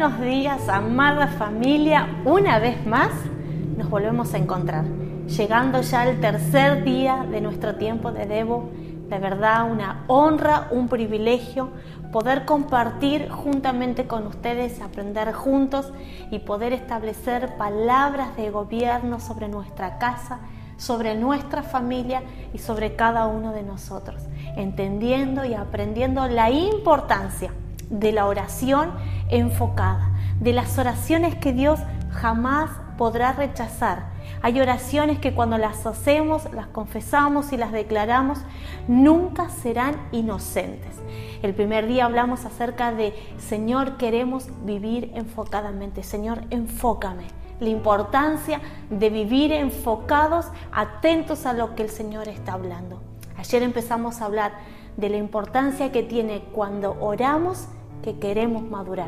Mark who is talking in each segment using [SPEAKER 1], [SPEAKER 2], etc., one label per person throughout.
[SPEAKER 1] buenos días, amada familia. Una vez más nos volvemos a encontrar, llegando ya al tercer día de nuestro tiempo de Devo. De verdad, una honra, un privilegio poder compartir juntamente con ustedes, aprender juntos y poder establecer palabras de gobierno sobre nuestra casa, sobre nuestra familia y sobre cada uno de nosotros, entendiendo y aprendiendo la importancia de la oración enfocada, de las oraciones que Dios jamás podrá rechazar. Hay oraciones que cuando las hacemos, las confesamos y las declaramos, nunca serán inocentes. El primer día hablamos acerca de, Señor, queremos vivir enfocadamente. Señor, enfócame. La importancia de vivir enfocados, atentos a lo que el Señor está hablando. Ayer empezamos a hablar de la importancia que tiene cuando oramos que queremos madurar.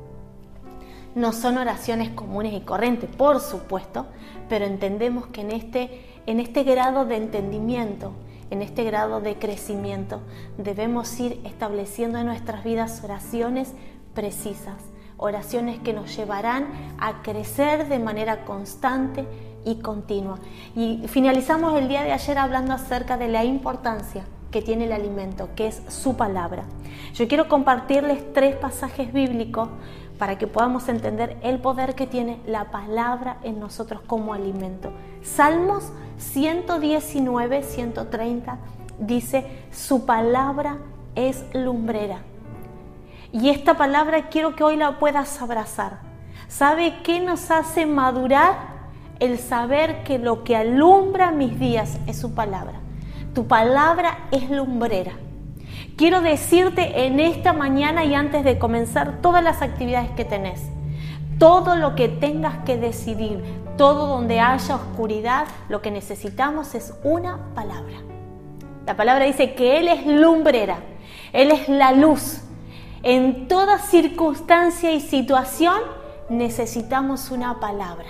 [SPEAKER 1] No son oraciones comunes y corrientes, por supuesto, pero entendemos que en este grado de entendimiento, en este grado de crecimiento, debemos ir estableciendo en nuestras vidas oraciones precisas, oraciones que nos llevarán a crecer de manera constante y continua. Y finalizamos el día de ayer hablando acerca de la importancia que tiene el alimento, que es su palabra. Yo quiero compartirles 3 pasajes bíblicos para que podamos entender el poder que tiene la palabra en nosotros como alimento. Salmos 119, 130 dice, su palabra es lumbrera. Y esta palabra quiero que hoy la puedas abrazar. ¿Sabe qué nos hace madurar? El saber que lo que alumbra mis días es su palabra. Tu palabra es lumbrera. Quiero decirte en esta mañana y antes de comenzar todas las actividades que tenés, todo lo que tengas que decidir, todo donde haya oscuridad, lo que necesitamos es una palabra. La palabra dice que Él es lumbrera, Él es la luz. En toda circunstancia y situación necesitamos una palabra.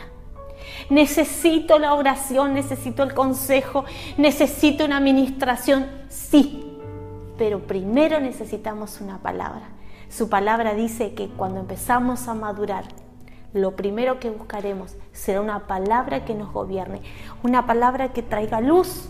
[SPEAKER 1] Necesito la oración, necesito el consejo, necesito una administración, sí. Pero primero necesitamos una palabra. Su palabra dice que cuando empezamos a madurar, lo primero que buscaremos será una palabra que nos gobierne, una palabra que traiga luz.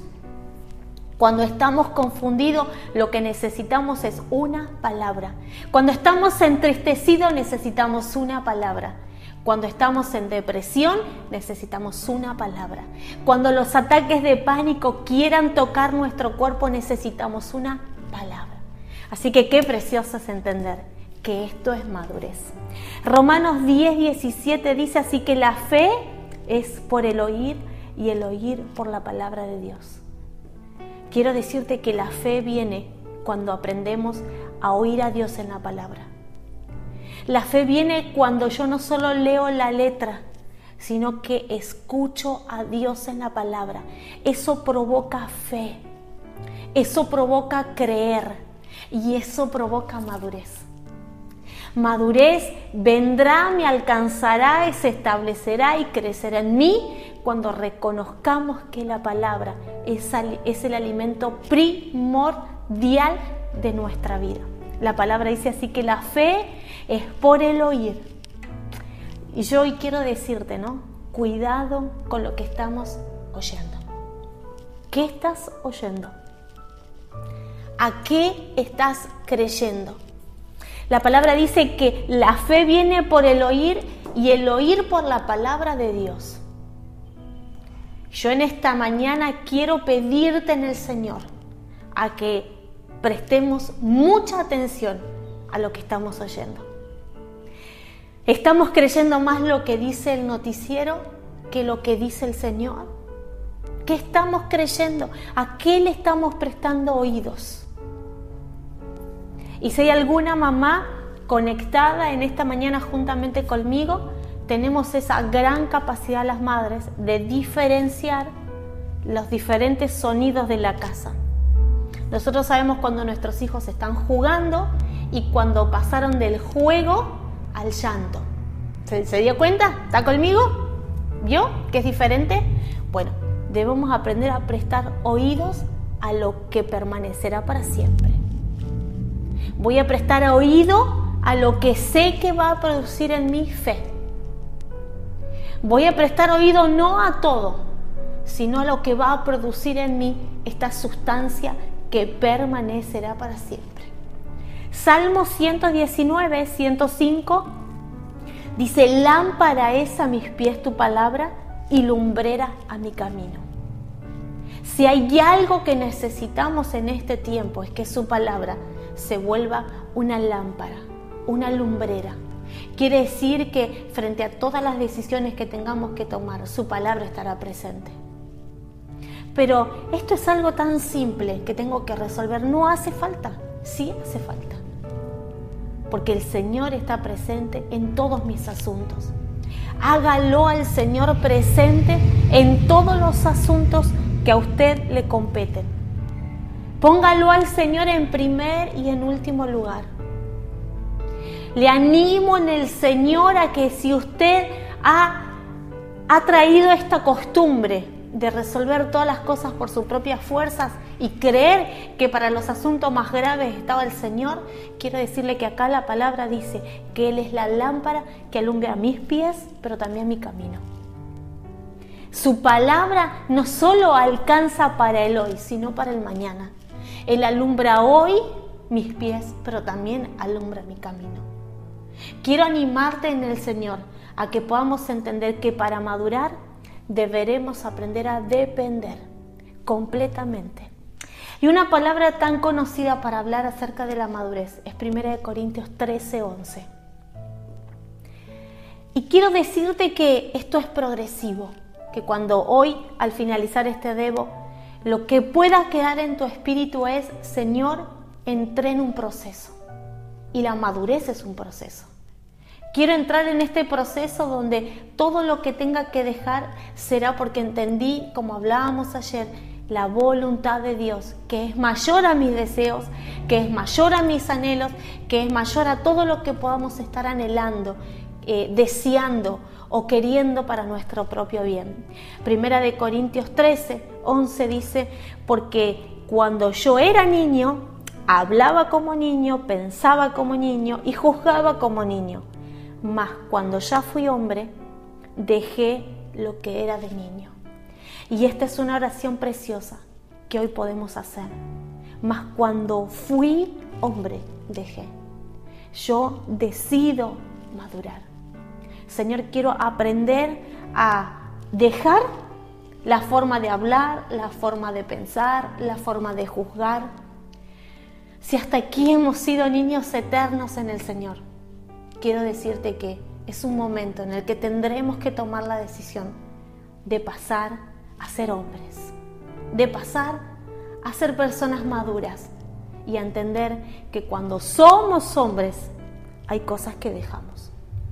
[SPEAKER 1] Cuando estamos confundidos, lo que necesitamos es una palabra. Cuando estamos entristecidos, necesitamos una palabra. Cuando estamos en depresión, necesitamos una palabra. Cuando los ataques de pánico quieran tocar nuestro cuerpo, necesitamos una palabra. Así que qué precioso es entender que esto es madurez. Romanos 10, 17 dice así que la fe es por el oír y el oír por la palabra de Dios. Quiero decirte que la fe viene cuando aprendemos a oír a Dios en la palabra. La fe viene cuando yo no solo leo la letra, sino que escucho a Dios en la palabra. Eso provoca fe, eso provoca creer y eso provoca madurez. Madurez vendrá, me alcanzará y se establecerá y crecerá en mí cuando reconozcamos que la palabra es el alimento primordial de nuestra vida. La palabra dice así que la fe es por el oír. Y yo hoy quiero decirte, ¿no? Cuidado con lo que estamos oyendo. ¿Qué estás oyendo? ¿A qué estás creyendo? La palabra dice que la fe viene por el oír y el oír por la palabra de Dios. Yo en esta mañana quiero pedirte en el Señor a que prestemos mucha atención a lo que estamos oyendo. ¿Estamos creyendo más lo que dice el noticiero que lo que dice el Señor? ¿Qué estamos creyendo? ¿A qué le estamos prestando oídos? Y si hay alguna mamá conectada en esta mañana juntamente conmigo, tenemos esa gran capacidad las madres de diferenciar los diferentes sonidos de la casa. Nosotros sabemos cuando nuestros hijos están jugando y cuando pasaron del juego al llanto. ¿Se dio cuenta? ¿Está conmigo? ¿Vio que es diferente? Bueno, debemos aprender a prestar oídos a lo que permanecerá para siempre. Voy a prestar oído a lo que sé que va a producir en mí fe. Voy a prestar oído no a todo, sino a lo que va a producir en mí esta sustancia que permanecerá para siempre. Salmo 119, 105 dice: lámpara es a mis pies tu palabra y lumbrera a mi camino. Si hay algo que necesitamos en este tiempo es que su palabra se vuelva una lámpara, una lumbrera. Quiere decir que frente a todas las decisiones que tengamos que tomar, su palabra estará presente. Pero esto es algo tan simple que tengo que resolver. No hace falta, sí hace falta. Porque el Señor está presente en todos mis asuntos. Hágalo al Señor presente en todos los asuntos que a usted le competen. Póngalo al Señor en primer y en último lugar. Le animo en el Señor a que si usted ha traído esta costumbre de resolver todas las cosas por sus propias fuerzas y creer que para los asuntos más graves estaba el Señor, quiero decirle que acá la palabra dice que Él es la lámpara que alumbra mis pies, pero también mi camino. Su palabra no solo alcanza para el hoy, sino para el mañana. Él alumbra hoy mis pies, pero también alumbra mi camino. Quiero animarte en el Señor a que podamos entender que para madurar deberemos aprender a depender completamente. Y una palabra tan conocida para hablar acerca de la madurez es 1 Corintios 13:11. Y quiero decirte que esto es progresivo, que cuando hoy, al finalizar este devo, lo que pueda quedar en tu espíritu es: Señor, entré en un proceso. Y la madurez es un proceso. Quiero entrar en este proceso donde todo lo que tenga que dejar será porque entendí, como hablábamos ayer, la voluntad de Dios, que es mayor a mis deseos, que es mayor a mis anhelos, que es mayor a todo lo que podamos estar anhelando, deseando o queriendo para nuestro propio bien. 1 Corintios 13:11 dice: porque cuando yo era niño, hablaba como niño, pensaba como niño y juzgaba como niño. Mas cuando ya fui hombre, dejé lo que era de niño. Y esta es una oración preciosa que hoy podemos hacer. Mas cuando fui hombre, dejé. Yo decido madurar. Señor, quiero aprender a dejar la forma de hablar, la forma de pensar, la forma de juzgar. Si hasta aquí hemos sido niños eternos en el Señor, quiero decirte que es un momento en el que tendremos que tomar la decisión de pasar a ser hombres, de pasar a ser personas maduras y a entender que cuando somos hombres hay cosas que dejamos.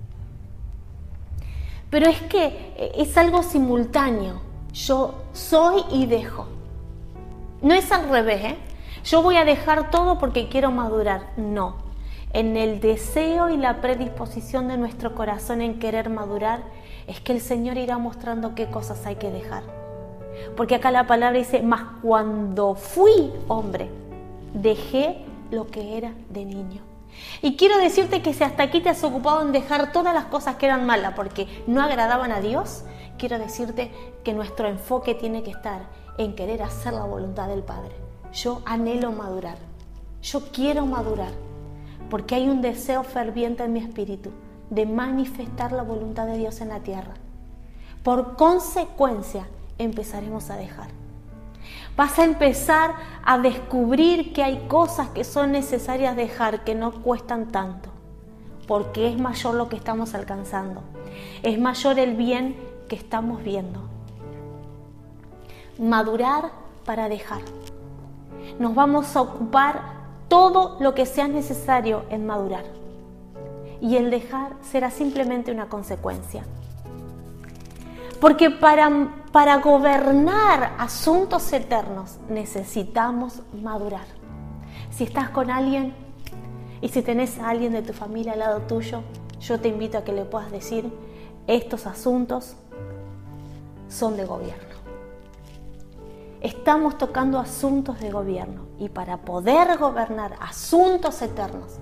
[SPEAKER 1] Pero es que es algo simultáneo. Yo soy y dejo. No es al revés, ¿eh? Yo voy a dejar todo porque quiero madurar. No. En el deseo y la predisposición de nuestro corazón en querer madurar, es que el Señor irá mostrando qué cosas hay que dejar. Porque acá la palabra dice: mas cuando fui hombre, dejé lo que era de niño. Y quiero decirte que si hasta aquí te has ocupado en dejar todas las cosas que eran malas porque no agradaban a Dios, quiero decirte que nuestro enfoque tiene que estar en querer hacer la voluntad del Padre. Yo anhelo madurar, yo quiero madurar, porque hay un deseo ferviente en mi espíritu de manifestar la voluntad de Dios en la tierra. Por consecuencia, empezaremos a dejar. Vas a empezar a descubrir que hay cosas que son necesarias dejar, que no cuestan tanto, porque es mayor lo que estamos alcanzando, es mayor el bien que estamos viendo. Madurar para dejar. Nos vamos a ocupar todo lo que sea necesario en madurar. Y el dejar será simplemente una consecuencia. Porque para gobernar asuntos eternos necesitamos madurar. Si estás con alguien y si tenés a alguien de tu familia al lado tuyo, yo te invito a que le puedas decir: estos asuntos son de gobierno. Estamos tocando asuntos de gobierno y para poder gobernar asuntos eternos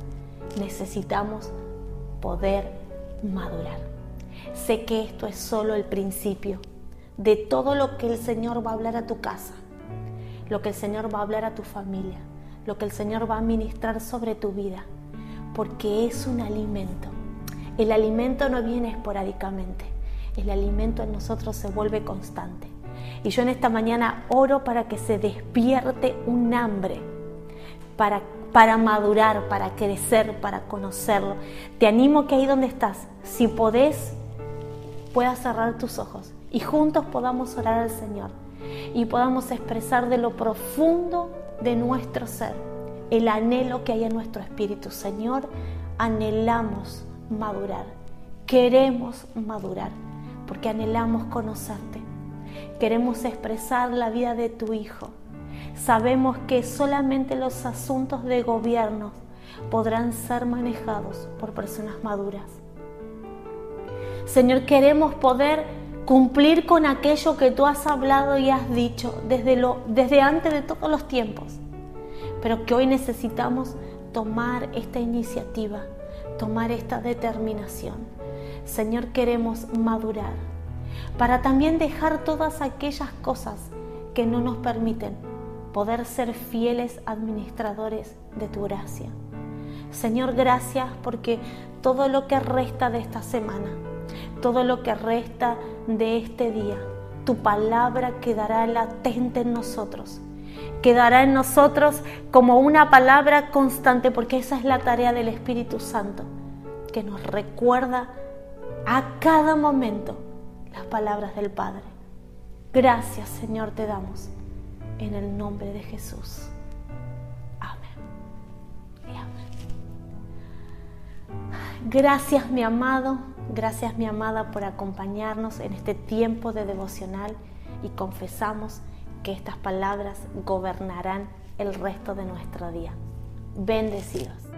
[SPEAKER 1] necesitamos poder madurar. Sé que esto es solo el principio de todo lo que el Señor va a hablar a tu casa, lo que el Señor va a hablar a tu familia, lo que el Señor va a ministrar sobre tu vida, porque es un alimento. El alimento no viene esporádicamente, el alimento en nosotros se vuelve constante. Y yo en esta mañana oro para que se despierte un hambre para madurar, para crecer, para conocerlo. Te animo que ahí donde estás, si podés, puedas cerrar tus ojos y juntos podamos orar al Señor y podamos expresar de lo profundo de nuestro ser el anhelo que hay en nuestro espíritu. Señor, anhelamos madurar, queremos madurar, porque anhelamos conocerte. Queremos expresar la vida de tu Hijo. Sabemos que solamente los asuntos de gobierno podrán ser manejados por personas maduras. Señor, queremos poder cumplir con aquello que tú has hablado y has dicho desde antes de todos los tiempos, pero que hoy necesitamos tomar esta iniciativa, tomar esta determinación. Señor, queremos madurar para también dejar todas aquellas cosas que no nos permiten poder ser fieles administradores de tu gracia. Señor, gracias porque todo lo que resta de esta semana, todo lo que resta de este día, tu palabra quedará latente en nosotros. Quedará en nosotros como una palabra constante, porque esa es la tarea del Espíritu Santo, que nos recuerda a cada momento las palabras del Padre. Gracias, Señor, te damos en el nombre de Jesús. Amén y amén. Gracias, mi amado, gracias, mi amada, por acompañarnos en este tiempo de devocional, y confesamos que estas palabras gobernarán el resto de nuestro día. Bendecidos.